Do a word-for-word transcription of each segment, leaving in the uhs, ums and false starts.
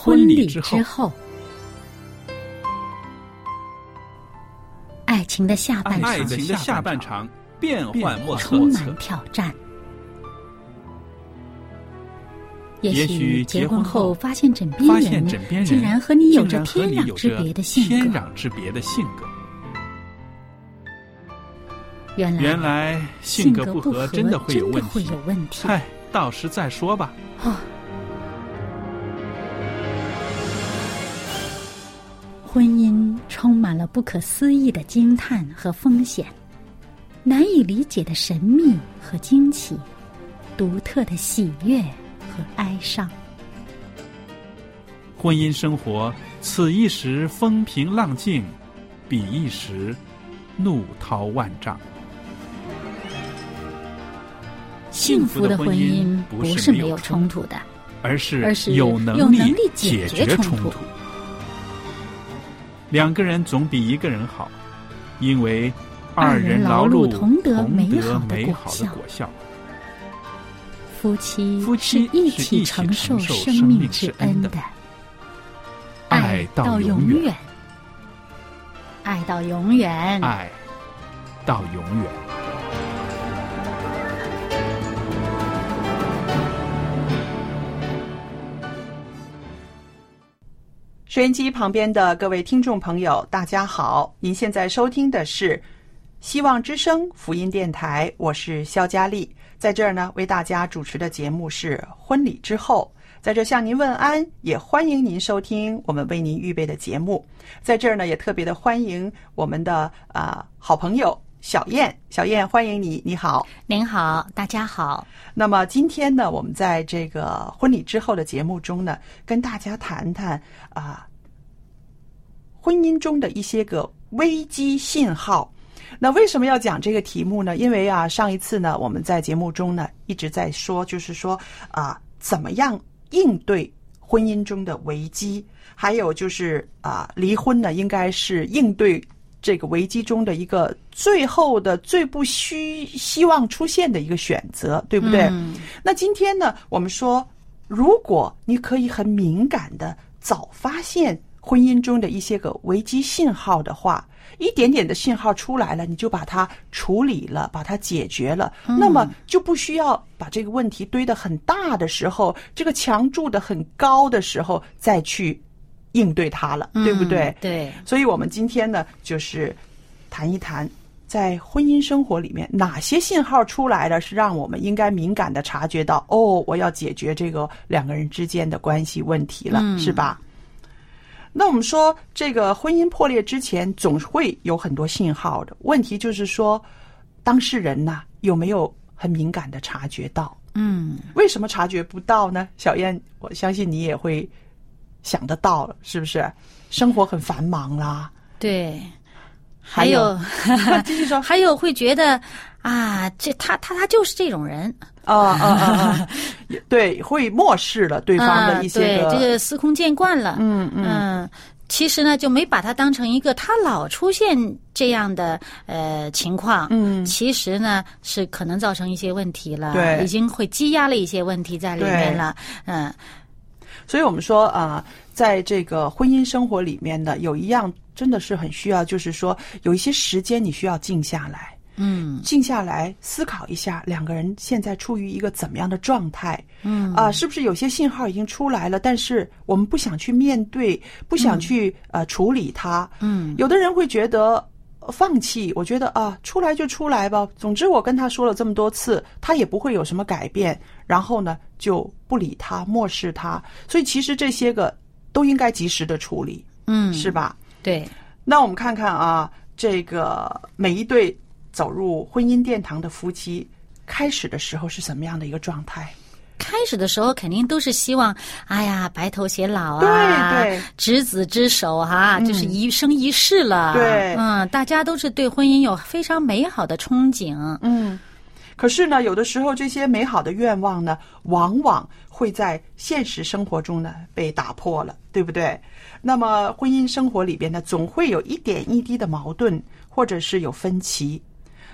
婚礼之后，爱情的下半场， 爱情的下半场变幻莫测， 充满挑战。也许结婚后发现枕边人竟然和你有着天壤之别的性格， 天壤之别的性格。 原来原来性格不合真的会有问题， 问题。 嗨，到时再说吧。 哦，婚姻充满了不可思议的惊叹和风险，难以理解的神秘和惊奇，独特的喜悦和哀伤。 婚姻生活，此一时风平浪静，彼一时怒涛万丈。 幸福的婚姻不是没有冲突的， 而是而是有能有能力解解决冲决冲突。两个人总比一个人好，因为二人劳碌同得美好的美果好的果效。 夫妻夫妻是一起承受生命之恩的， 爱到永远， 爱到永远， 爱到永远。 收音机旁边的各位听众朋友，大家好！您现在收听的是希望之声福音电台，我是肖佳丽，在这儿呢为大家主持的节目是婚礼之后，在这向您问安，也欢迎您收听我们为您预备的节目。在这儿呢也特别的欢迎我们的呃好朋友小燕，小燕欢迎你，你好。 您好，大家好。 那么今天呢，我们在这个婚礼之后的节目中呢，跟大家谈谈啊、呃、婚姻中的一些个危机信号。那为什么要讲这个题目呢？因为啊，上一次呢，我们在节目中呢一直在说，就是说啊、呃，怎么样应对婚姻中的危机，还有就是啊、呃，离婚呢应该是应对这个危机中的一个最后的最不需希望出现的一个选择，对不对？ 嗯、 那今天呢，我们说，如果你可以很敏感的早发现婚姻中的一些个危机信号的话，一点点的信号出来了，你就把它处理了，把它解决了， 嗯、 那么就不需要把这个问题堆得很大的时候，这个墙筑得很高的时候再去应对它了，对不对？ 嗯、对。 所以我们今天呢，就是谈一谈在婚姻生活里面哪些信号出来了，是让我们应该敏感的察觉到，哦，我要解决这个两个人之间的关系问题了， 嗯、 是吧？那我们说，这个婚姻破裂之前总会有很多信号的，问题就是说，当事人呐、啊、有没有很敏感的察觉到？ 嗯， 为什么察觉不到呢？小燕，我相信你也会想得到了，是不是？生活很繁忙啦， 对， 还有继续说， 还有会觉得啊，这他他他就是这种人啊啊啊啊，对，会漠视了对方的一些个， 啊、对，这个司空见惯了， 嗯嗯。 嗯其实呢，就没把它当成一个他老出现这样的呃情况， 嗯， 其实呢是可能造成一些问题了， 对， 已经会积压了一些问题在里面了，嗯。 所以我们说啊、呃，在这个婚姻生活里面呢，有一样真的是很需要，就是说有一些时间你需要静下来。 嗯， 静下来思考一下，两个人现在处于一个怎么样的状态？ 嗯啊、呃，是不是有些信号已经出来了，但是我们不想去面对，不想去、嗯、呃处理它。 嗯， 有的人会觉得放弃，我觉得啊，出来就出来吧，总之我跟他说了这么多次，他也不会有什么改变，然后呢就不理他，漠视他。所以其实这些个都应该及时的处理， 嗯， 是吧？ 对。 那我们看看啊，这个每一对走入婚姻殿堂的夫妻，开始的时候是什么样的一个状态？ 开始的时候肯定都是希望，哎呀，白头偕老啊， 对对， 执子之手哈、啊嗯， 就是一生一世了。 对， 嗯，大家都是对婚姻有非常美好的憧憬。 嗯，可是呢，有的时候这些美好的愿望呢，往往会在现实生活中呢被打破了，对不对？那么婚姻生活里边呢，总会有一点一滴的矛盾，或者是有分歧。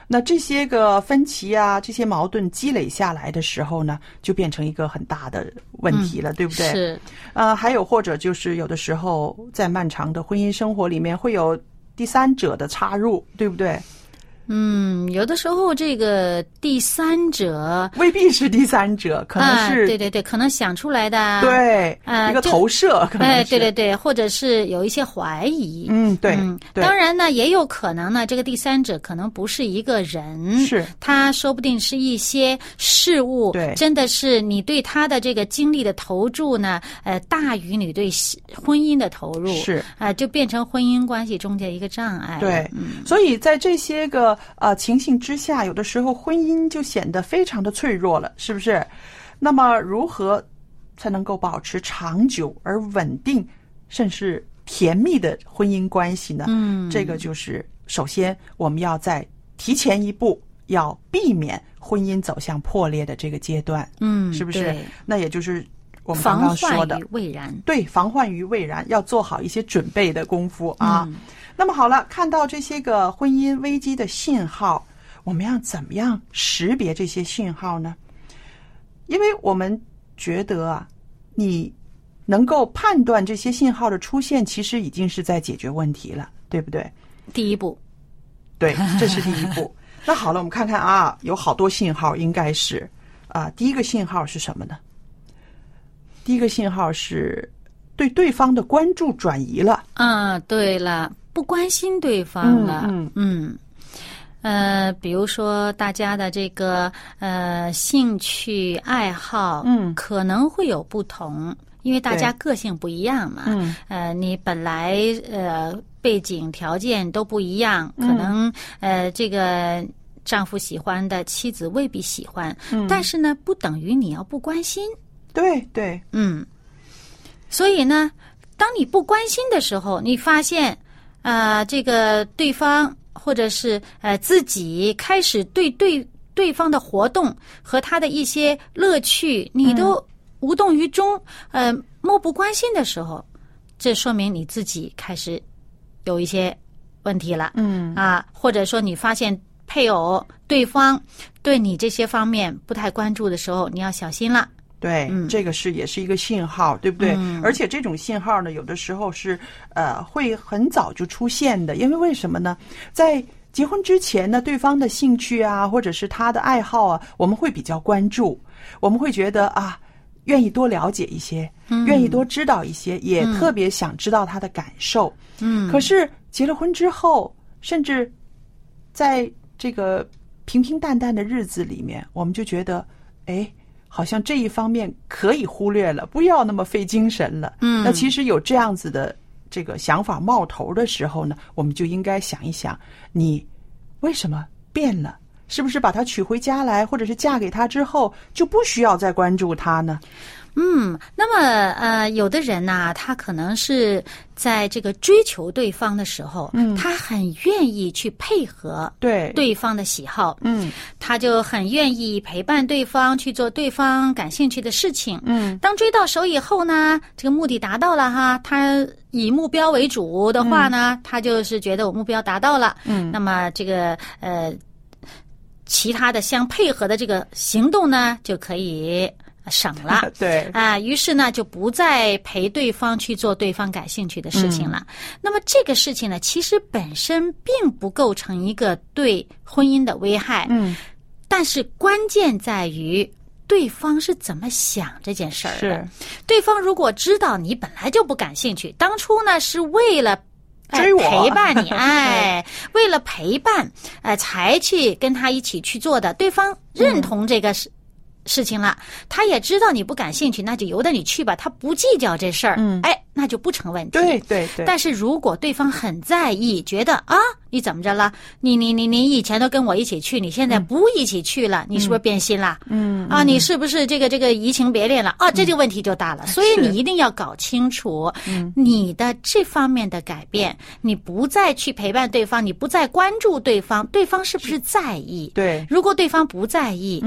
那这些个分歧啊，这些矛盾积累下来的时候呢，就变成一个很大的问题了，嗯、对不对？ 是。 呃，还有或者就是有的时候在漫长的婚姻生活里面会有第三者的插入，对不对？ 嗯，有的时候这个第三者未必是第三者，可能是、 啊、对对对，可能想出来的， 对， 呃、 一个投射，可能是， 哎，对对对，或者是有一些怀疑， 嗯，对， 嗯， 对当然呢，也有可能呢，这个第三者可能不是一个人， 是， 他说不定是一些事物， 对， 真的是你对他的这个精力的投注呢，呃，大于你对婚姻的投入， 是， 啊、呃，就变成婚姻关系中间一个障碍， 对， 嗯， 所以在这些个呃情形之下，有的时候婚姻就显得非常的脆弱了，是不是？那么如何才能够保持长久而稳定甚至甜蜜的婚姻关系呢？嗯，这个就是首先我们要在提前一步要避免婚姻走向破裂的这个阶段，嗯，是不是？那也就是我们刚刚说的防患于未然， 对，防患于未然，要做好一些准备的功夫啊。嗯，那么好了，看到这些个婚姻危机的信号，我们要怎么样识别这些信号呢？因为我们觉得啊，你能够判断这些信号的出现，其实已经是在解决问题了，对不对？ 第一步， 对，这是第一步。那好了，我们看看啊，有好多信号，应该是啊，第一个信号是什么呢？第一个信号是对对方的关注转移了。 啊，对了，不关心对方了。 嗯嗯，呃，比如说大家的这个呃兴趣爱好， 嗯， 可能会有不同，因为大家个性不一样嘛。 嗯， 呃，你本来呃背景条件都不一样，可能、嗯、呃这个丈夫喜欢的妻子未必喜欢， 嗯， 但是呢，不等于你要不关心。 对对， 嗯，所以呢，当你不关心的时候，你发现啊、呃，这个对方或者是呃自己开始对对对方的活动和他的一些乐趣，你都无动于衷，呃，漠不关心的时候，这说明你自己开始有一些问题了。 嗯啊，或者说你发现配偶对方对你这些方面不太关注的时候，你要小心了。 对、嗯，这个是也是一个信号，对不对？ 嗯、 而且这种信号呢，有的时候是呃会很早就出现的，因为为什么呢？在结婚之前呢，对方的兴趣啊，或者是他的爱好啊，我们会比较关注，我们会觉得啊，愿意多了解一些，嗯、愿意多知道一些，也特别想知道他的感受。 嗯， 可是结了婚之后，甚至在这个平平淡淡的日子里面，我们就觉得，哎。好像这一方面可以忽略了，不要那么费精神了。 嗯， 那其实有这样子的这个想法冒头的时候呢，我们就应该想一想，你为什么变了？是不是把他娶回家来，或者是嫁给他之后，就不需要再关注他呢？ 嗯，那么呃，有的人呐、啊，他可能是在这个追求对方的时候， 嗯， 他很愿意去配合对对方的喜好， 嗯， 他就很愿意陪伴对方去做对方感兴趣的事情， 嗯， 当追到手以后呢，这个目的达到了哈，他以目标为主的话呢，嗯、他就是觉得我目标达到了， 嗯， 那么这个呃，其他的相配合的这个行动呢，就可以。省了， 对啊，于是呢就不再陪对方去做对方感兴趣的事情了。嗯、那么这个事情呢，其实本身并不构成一个对婚姻的危害， 嗯， 但是关键在于对方是怎么想这件事儿的。 是， 对方如果知道你本来就不感兴趣，当初呢是为了。 追我、 哎、陪伴你，哎，为了陪伴，呃，才去跟他一起去做的。对方认同这个事。嗯事情了，他也知道你不感兴趣，那就由得你去吧，他不计较这事儿， 嗯， 哎，那就不成问题。 对对对。 但是如果对方很在意，觉得啊，你怎么着了？你你你你以前都跟我一起去，你现在不一起去了，嗯、你是不是变心了？ 嗯啊，你是不是这个这个移情别恋了？啊，这就问题就大了。嗯、所以你一定要搞清楚，你的这方面的改变，你不再去陪伴对方，你不再关注对方，对方是不是在意？ 对。 如果对方不在意， 嗯。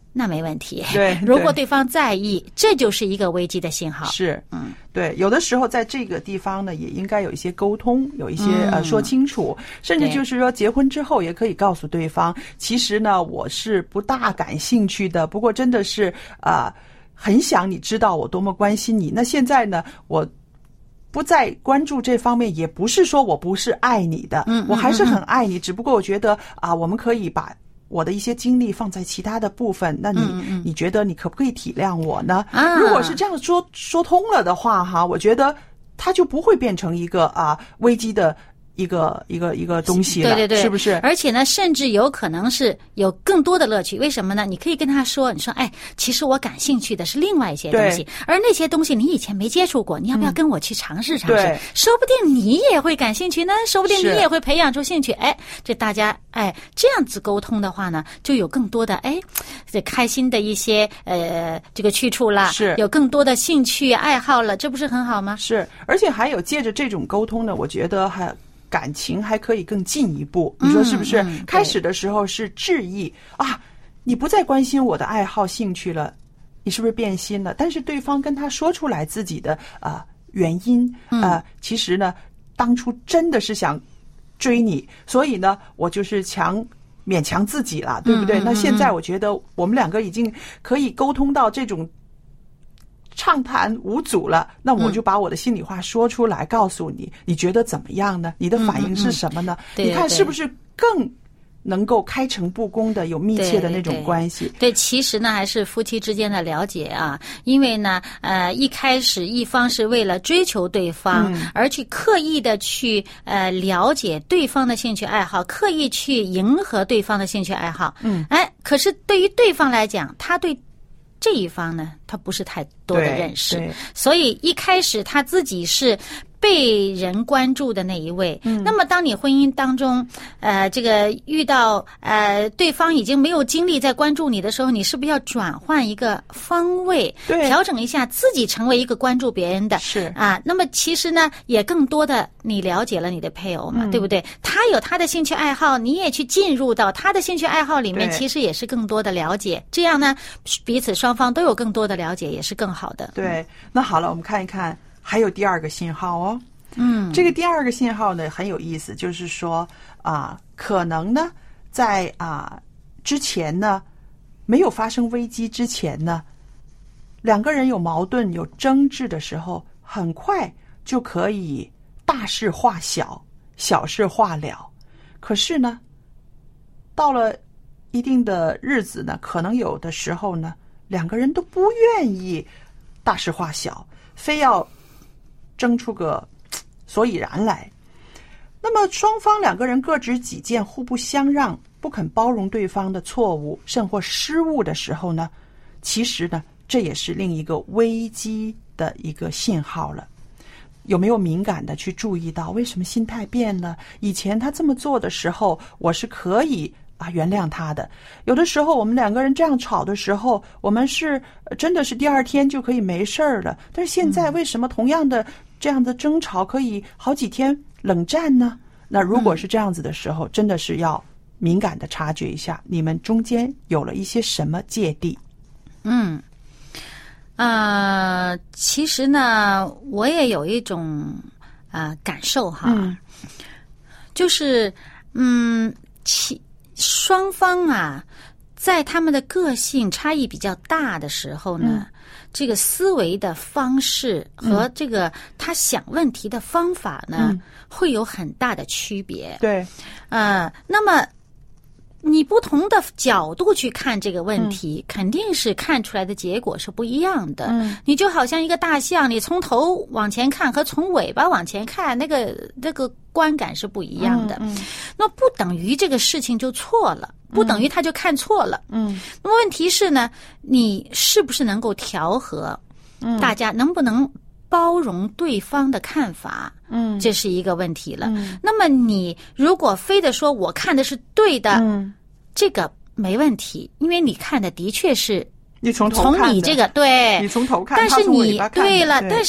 那没问题。 对， 如果对方在意，这就是一个危机的信号。 是， 嗯， 对，有的时候在这个地方呢，也应该有一些沟通，有一些、嗯、呃说清楚，甚至就是说结婚之后也可以告诉对方，其实呢我是不大感兴趣的，不过真的是啊、呃、很想你知道我多么关心你。那现在呢，我不再关注这方面，也不是说我不是爱你的，嗯，我还是很爱你，嗯、只不过我觉得啊、呃，我们可以把我的一些精力放在其他的部分，那你、嗯嗯、你觉得你可不可以体谅我呢？啊、如果是这样说说通了的话，哈，我觉得它就不会变成一个啊危机的一个一个一个东西了， 对对对， 是不是？ 而且呢，甚至有可能是有更多的乐趣。为什么呢？你可以跟他说，你说，哎，其实我感兴趣的是另外一些东西，而那些东西你以前没接触过，你要不要跟我去尝试尝试？ 嗯、 说不定你也会感兴趣呢，说不定你也会培养出兴趣。哎，这大家哎这样子沟通的话呢，就有更多的哎这开心的一些呃这个去处啦， 是有更多的兴趣爱好了，这不是很好吗？ 是，而且还有借着这种沟通呢，我觉得还。感情还可以更进一步，你说是不是？ 嗯嗯、 开始的时候是质疑啊，你不再关心我的爱好兴趣了，你是不是变心了？但是对方跟他说出来自己的啊、呃、原因啊、呃嗯，其实呢，当初真的是想追你，所以呢，我就是强勉强自己了，对不对？ 嗯嗯嗯、 那现在我觉得我们两个已经可以沟通到这种。畅谈无阻了，那我就把我的心里话说出来，嗯、告诉你，你觉得怎么样呢？你的反应是什么呢？ 嗯嗯、 你看是不是更能够开诚布公的有密切的那种关系？ 对, 对, 对, 对，其实呢还是夫妻之间的了解啊，因为呢，呃，一开始一方是为了追求对方，嗯、而去刻意的去呃了解对方的兴趣爱好，刻意去迎合对方的兴趣爱好，嗯，哎，可是对于对方来讲，他对。这一方呢，他不是太多的认识，所以一开始他自己是被人关注的那一位。嗯，那么当你婚姻当中，呃，这个遇到呃对方已经没有精力在关注你的时候，你是不是要转换一个方位， 对， 调整一下自己，成为一个关注别人的？ 是啊，那么其实呢，也更多的你了解了你的配偶嘛，嗯、对不对？他有他的兴趣爱好，你也去进入到他的兴趣爱好里面，其实也是更多的了解。这样呢，彼此双方都有更多的了解，也是更好的。 对，那好了，我们看一看。还有第二个信号哦， 嗯， 这个第二个信号呢很有意思，就是说啊、呃，可能呢在啊、呃、之前呢没有发生危机之前呢，两个人有矛盾有争执的时候，很快就可以大事化小，小事化了。可是呢，到了一定的日子呢，可能有的时候呢，两个人都不愿意大事化小，非要争出个所以然来。那么双方两个人各执己见，互不相让，不肯包容对方的错误甚或失误的时候呢，其实呢这也是另一个危机的一个信号了。有没有敏感的去注意到为什么心态变了？以前他这么做的时候，我是可以啊原谅他的。有的时候我们两个人这样吵的时候，我们是真的是第二天就可以没事儿了。但是现在为什么同样的这样的争吵可以好几天冷战呢？那如果是这样子的时候，真的是要敏感的察觉一下，你们中间有了一些什么芥蒂。 嗯，呃，其实呢，我也有一种呃感受哈，嗯、就是嗯，其双方啊，在他们的个性差异比较大的时候呢。嗯，这个思维的方式和这个他想问题的方法呢，嗯、会有很大的区别。 对， 呃，那么你不同的角度去看这个问题，嗯、肯定是看出来的结果是不一样的。嗯，你就好像一个大象，你从头往前看和从尾巴往前看，那个那个观感是不一样的。嗯，嗯那不等于这个事情就错了。不等于他就看错了。嗯，那么问题是呢，你是不是能够调和？嗯，大家能不能包容对方的看法？嗯，这是一个问题了。嗯，那么你如果非得说我看的是对的，嗯，这个没问题，因为你看的的确是你从头看的， 从你这个对， 你从头看， 但是你对对了，但是呢，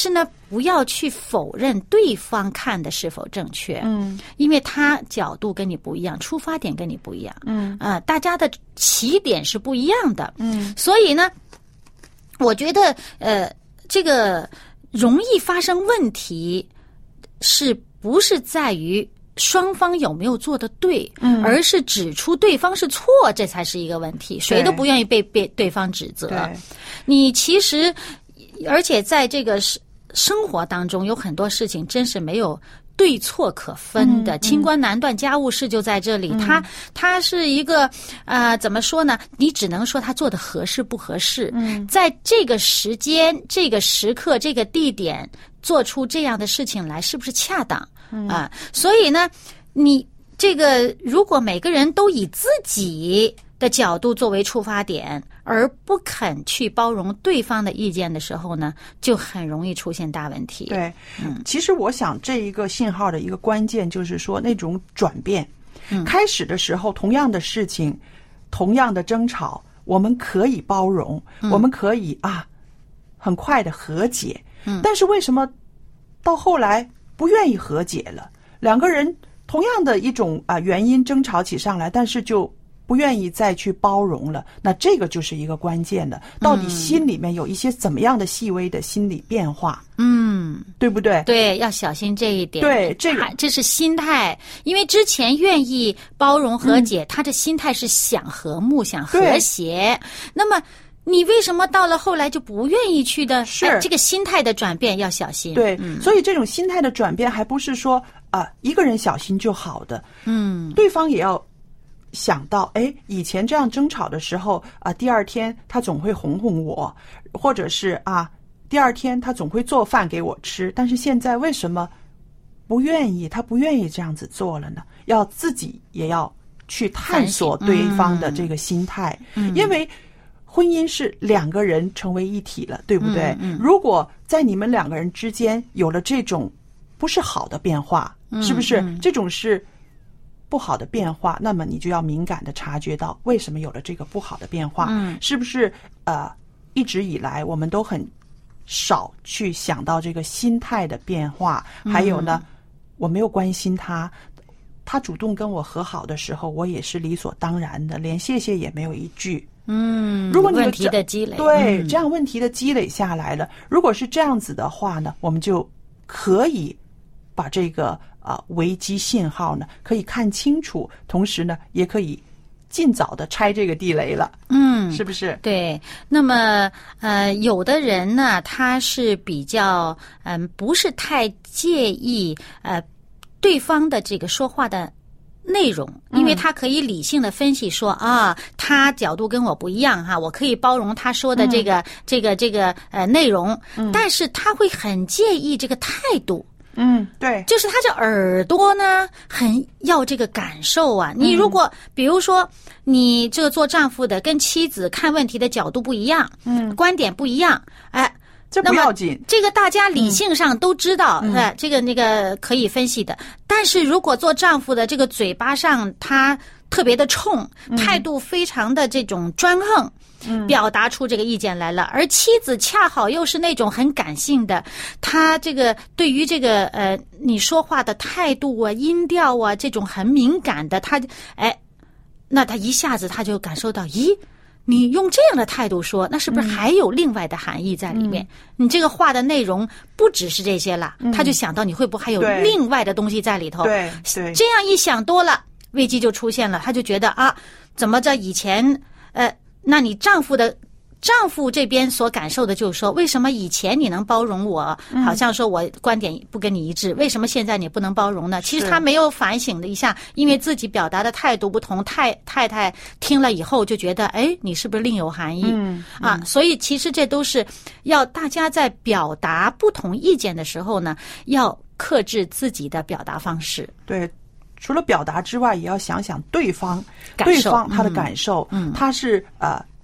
不要去否认对方看的是否正确， 嗯， 因为他角度跟你不一样，出发点跟你不一样， 嗯， 呃，大家的起点是不一样的， 嗯， 所以呢，我觉得呃，这个容易发生问题，是不是在于双方有没有做得对， 嗯， 而是指出对方是错，这才是一个问题。谁都不愿意被被对方指责。你其实，而且在这个生活当中，有很多事情真是没有对错可分的， 嗯嗯、 清官难断家务事就在这里。 嗯、 他他是一个呃，怎么说呢？你只能说他做的合适不合适。 嗯，在这个时间、这个时刻、这个地点做出这样的事情来，是不是恰当？ 嗯、 啊，所以呢，你这个如果每个人都以自己的角度作为出发点，而不肯去包容对方的意见的时候呢，就很容易出现大问题。 对， 嗯， 其实我想这一个信号的一个关键就是说那种转变。 嗯， 开始的时候，同样的事情，同样的争吵，我们可以包容， 嗯、 我们可以啊，很快的和解。 嗯， 但是为什么到后来不愿意和解了？两个人同样的一种啊原因争吵起上来，但是就不愿意再去包容了，那这个就是一个关键的，到底心里面有一些怎么样的细微的心理变化， 嗯， 对不对？ 对，要小心这一点。 对，这个这是心态，因为之前愿意包容和解，嗯、他的心态是想和睦、想和谐。那么你为什么到了后来就不愿意去的？ 是、 哎、这个心态的转变要小心。 对， 嗯、 所以这种心态的转变还不是说啊、呃、一个人小心就好的， 嗯， 对方也要想到，哎，以前这样争吵的时候啊、呃，第二天他总会哄哄我，或者是啊，第二天他总会做饭给我吃，但是现在为什么不愿意？他不愿意这样子做了呢？要自己也要去探索对方的这个心态， 嗯、 因为婚姻是两个人成为一体了，对不对？ 嗯嗯、 如果在你们两个人之间有了这种不是好的变化， 嗯、 是不是、 嗯、 这种是不好的变化？那么你就要敏感的察觉到为什么有了这个不好的变化， 嗯、 是不是呃一直以来我们都很少去想到这个心态的变化，还有呢、嗯、我没有关心他，他主动跟我和好的时候，我也是理所当然的，连谢谢也没有一句。 嗯， 如果你问题的积累， 对、 嗯、 这样问题的积累下来了，如果是这样子的话呢，我们就可以把这个啊、呃、危机信号呢可以看清楚，同时呢也可以尽早的拆这个地雷了。 嗯， 是不是？ 对。那么呃，有的人呢，他是比较嗯、呃，不是太介意呃对方的这个说话的内容，因为他可以理性的分析说、嗯、啊，他角度跟我不一样哈，我可以包容他说的这个、嗯、这个这个呃内容、嗯，但是他会很介意这个态度。 嗯，对， 就是他这耳朵呢，很要这个感受啊。你如果、嗯、比如说你这个做丈夫的跟妻子看问题的角度不一样，嗯，观点不一样，哎。 这不要紧， 这个大家理性上都知道， 嗯呃、这个那个可以分析的。但是如果做丈夫的这个嘴巴上他特别的冲， 嗯、 态度非常的这种专横，嗯，表达出这个意见来了，而妻子恰好又是那种很感性的，他这个对于这个呃你说话的态度啊、音调啊这种很敏感的，他哎，那他一下子他就感受到，咦。你用这样的态度说，那是不是还有另外的含义在里面？嗯、你这个话的内容不只是这些了、嗯，他就想到你会不会还有另外的东西在里头？ 对对， 这样一想多了，危机就出现了。他就觉得啊，怎么在以前呃，那你丈夫的丈夫这边所感受的就是说，为什么以前你能包容我， 嗯、 好像说我观点不跟你一致，为什么现在你不能包容呢？其实他没有反省了一下，因为自己表达的态度不同，太太太听了以后就觉得，哎，你是不是另有含义？ 嗯嗯、 啊，所以其实这都是要大家在表达不同意见的时候呢，要克制自己的表达方式。 对。除了表达之外，也要想想对方，对方他的感受， 嗯， 他是呃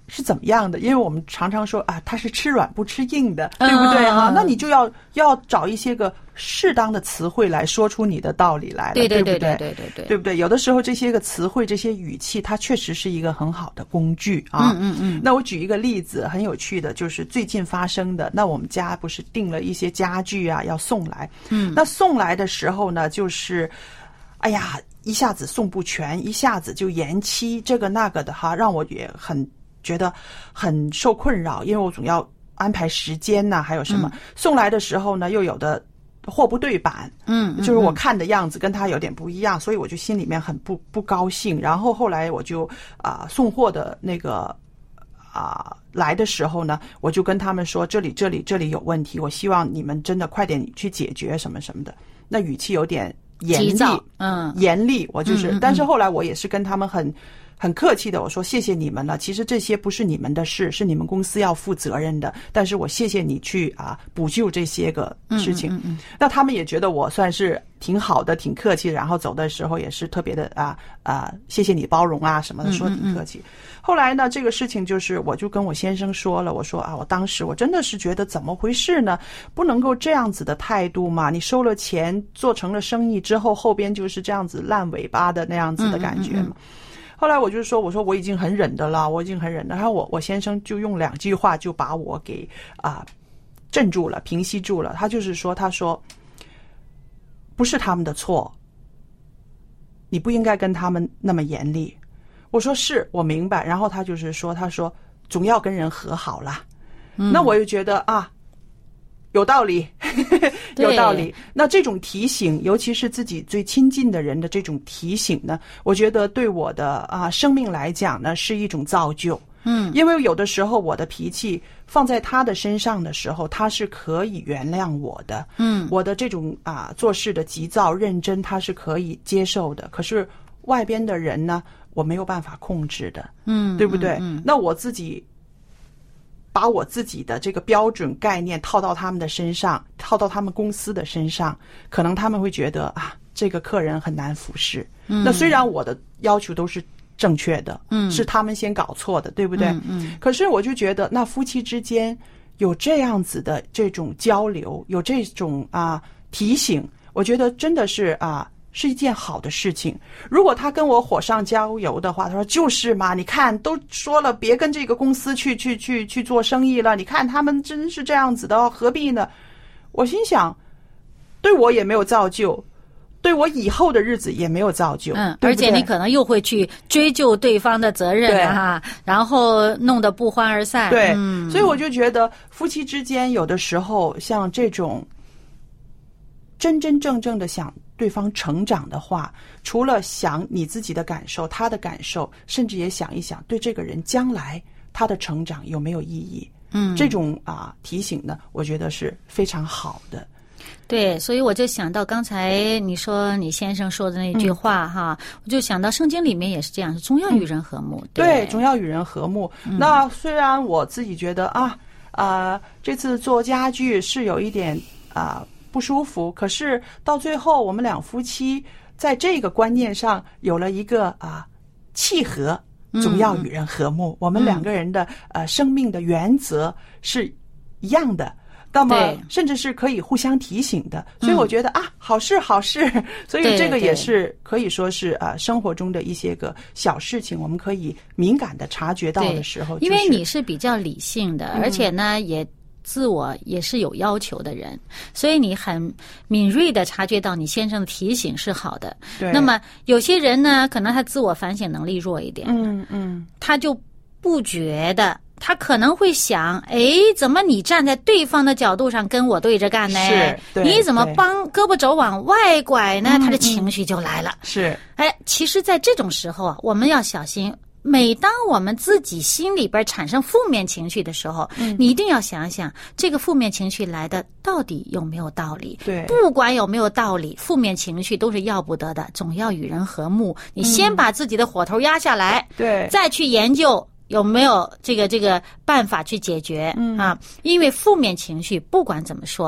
是怎么样的？因为我们常常说啊，他是吃软不吃硬的，对不对啊？ 嗯、 那你就要要找一些个适当的词汇来说出你的道理来了， 对对对不对？ 对对对对， 对不对？有的时候这些个词汇、这些语气，它确实是一个很好的工具啊。 嗯嗯嗯。 那我举一个例子，很有趣的，就是最近发生的。那我们家不是订了一些家具啊，要送来。 嗯。 那送来的时候呢，就是，哎呀，一下子送不全，一下子就延期，这个那个的哈，让我也很。觉得很受困扰，因为我总要安排时间呐、啊，还有什么、嗯、送来的时候呢，又有的货不对版， 嗯， 就是我看的样子跟他有点不一样，所以我就心里面很不不高兴。然后后来我就啊、呃、送货的那个啊、呃、来的时候呢，我就跟他们说这里这里这里有问题，我希望你们真的快点去解决什么什么的。那语气有点严厉， 嗯， 严厉，我就是、 嗯嗯嗯， 但是后来我也是跟他们很。很客气的，我说谢谢你们了。其实这些不是你们的事，是你们公司要负责任的。但是我谢谢你去啊补救这些个事情。 嗯嗯嗯嗯， 那他们也觉得我算是挺好的，挺客气。然后走的时候也是特别的啊啊，谢谢你包容啊什么的，说挺客气。嗯嗯嗯，后来呢，这个事情就是我就跟我先生说了，我说啊，我当时我真的是觉得怎么回事呢？不能够这样子的态度嘛！你收了钱，做成了生意之后，后边就是这样子烂尾巴的那样子的感觉嘛。嗯嗯嗯，后来我就说，我说我已经很忍的了，我已经很忍了。然后我我先生就用两句话就把我给啊、呃、镇住了，平息住了。他就是说，他说不是他们的错，你不应该跟他们那么严厉。我说是，我明白。然后他就是说，他说总要跟人和好啦。嗯、那我又觉得啊。有道理，有道理。那这种提醒，尤其是自己最亲近的人的这种提醒呢，我觉得对我的啊生命来讲呢，是一种造就。嗯，因为有的时候我的脾气放在他的身上的时候，他是可以原谅我的。嗯，我的这种啊做事的急躁认真，他是可以接受的。可是外边的人呢，我没有办法控制的。嗯，对不对？嗯嗯，那我自己。把我自己的这个标准概念套到他们的身上，套到他们公司的身上，可能他们会觉得啊，这个客人很难服侍。嗯，那虽然我的要求都是正确的，嗯，是他们先搞错的，对不对？嗯嗯。可是我就觉得，那夫妻之间有这样子的这种交流，有这种啊提醒，我觉得真的是啊。是一件好的事情。如果他跟我火上浇油的话，他说就是嘛，你看都说了别跟这个公司去去去去做生意了，你看他们真是这样子的，何必呢？我心想，对我也没有造就，对我以后的日子也没有造就。 嗯， 对对， 而且你可能又会去追究对方的责任哈，然后弄得不欢而散。 对， 嗯， 所以我就觉得夫妻之间有的时候像这种真真正正的想对方成长的话，除了想你自己的感受，他的感受，甚至也想一想对这个人将来他的成长有没有意义。嗯，这种啊提醒呢，我觉得是非常好的。 对，所以我就想到刚才你说你先生说的那句话、嗯、哈，我就想到圣经里面也是这样，是总要与人和睦。嗯、对, 对，总要与人和睦。嗯、那虽然我自己觉得啊啊、呃，这次做家具是有一点啊。呃不舒服，可是到最后我们两夫妻在这个观念上有了一个啊契合，总要与人和睦、嗯、我们两个人的、嗯、呃生命的原则是一样的，那么甚至是可以互相提醒的，所以我觉得、嗯、啊好事好事，所以这个也是可以说是呃生活中的一些个小事情，我们可以敏感的察觉到的时候、就是、 因为你是比较理性的、嗯、而且呢也自我也是有要求的人，所以你很敏锐的察觉到你先生的提醒是好的。对，那么有些人呢，可能他自我反省能力弱一点，嗯嗯，他就不觉得，他可能会想，哎，怎么你站在对方的角度上跟我对着干呢？ 是， 你怎么帮胳膊肘往外拐呢？嗯、他的情绪就来了。 是， 哎，其实，在这种时候啊，我们要小心。每当我们自己心里边产生负面情绪的时候、嗯、你一定要想想这个负面情绪来的到底有没有道理。 对， 不管有没有道理，负面情绪都是要不得的，总要与人和睦。你先把自己的火头压下来，对、嗯，再去研究有没有这个这个办法去解决、嗯、啊，因为负面情绪不管怎么说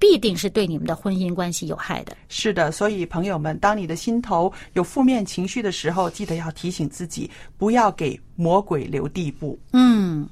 必定是对你们的婚姻关系有害的。 是的，所以朋友们，当你的心头有负面情绪的时候，记得要提醒自己，不要给魔鬼留地步。 嗯。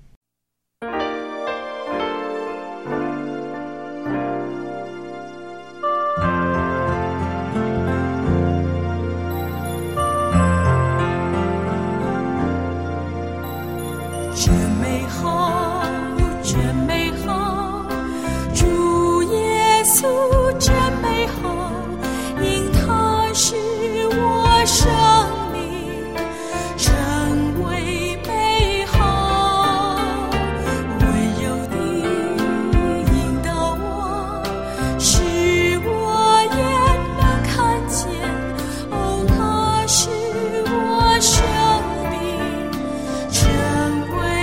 真美好，真美好，主耶稣真美好，因他是我生命成为美好，温柔地引导我，使我也能看见，哦，他是我生命成为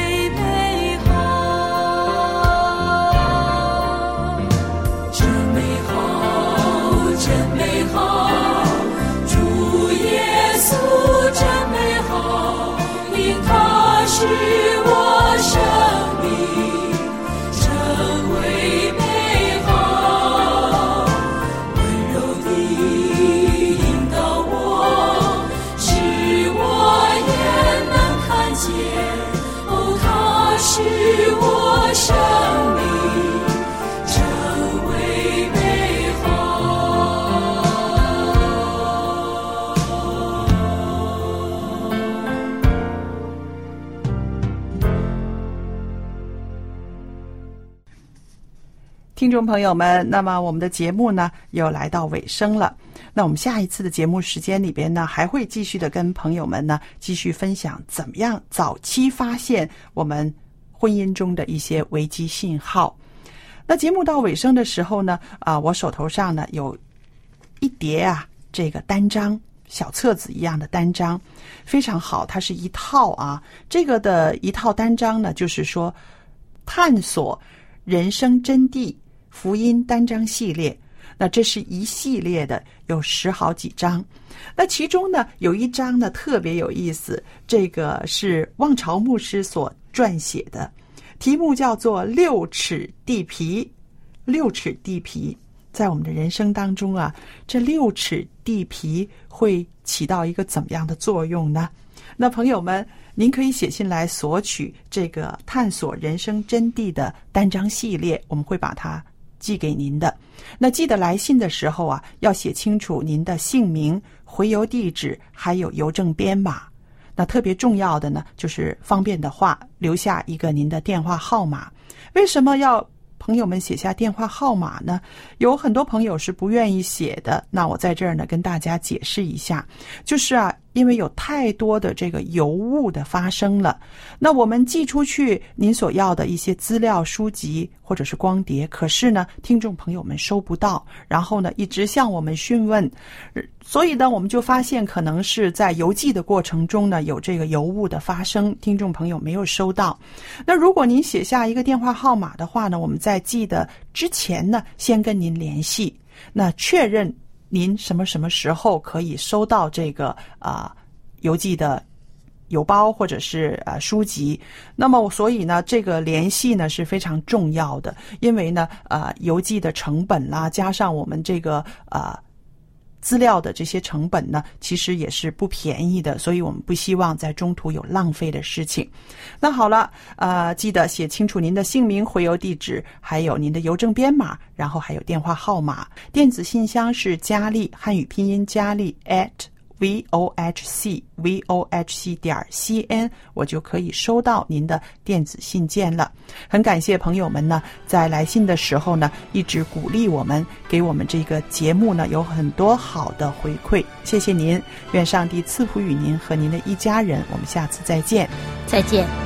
是我生命成为美好，温柔地引导我，使我也能看见，哦，他是我生命成为美好。 听众朋友们，那么我们的节目呢又来到尾声了。那我们下一次的节目时间里边呢，还会继续的跟朋友们呢继续分享怎么样早期发现我们婚姻中的一些危机信号。那节目到尾声的时候呢，啊，我手头上呢有一叠啊这个单张，小册子一样的单张，非常好，它是一套啊。这个的一套单张呢，就是说探索人生真谛福音单章系列。那这是一系列的，有十好几章。那其中呢有一章呢特别有意思，这个是望潮牧师所撰写的，题目叫做六尺地皮。六尺地皮在我们的人生当中啊，这六尺地皮会起到一个怎么样的作用呢？那朋友们，您可以写信来索取这个探索人生真谛的单章系列，我们会把它寄给您的。那记得来信的时候啊，要写清楚您的姓名、回邮地址还有邮政编码。那特别重要的呢，就是方便的话留下一个您的电话号码。为什么要朋友们写下电话号码呢？有很多朋友是不愿意写的，那我在这儿呢跟大家解释一下，就是啊，因为有太多的这个邮误的发生了，那我们寄出去您所要的一些资料、书籍或者是光碟，可是呢听众朋友们收不到，然后呢一直向我们询问，所以呢我们就发现可能是在邮寄的过程中呢有这个邮误的发生，听众朋友没有收到。那如果您写下一个电话号码的话呢，我们在寄的之前呢先跟您联系，那确认您什么什么时候可以收到这个啊、呃、邮寄的邮包或者是呃书籍。那么所以呢这个联系呢是非常重要的，因为呢呃邮寄的成本啦，加上我们这个呃资料的这些成本呢其实也是不便宜的，所以我们不希望在中途有浪费的事情。那好了，呃记得写清楚您的姓名、回邮地址还有您的邮政编码，然后还有电话号码。电子信箱是佳丽，汉语拼音佳丽 at vohc vohc 点 cn， 我就可以收到您的电子信件了。很感谢朋友们呢在来信的时候呢一直鼓励我们，给我们这个节目呢有很多好的回馈，谢谢您。愿上帝赐福于您和您的一家人，我们下次再见。 再见。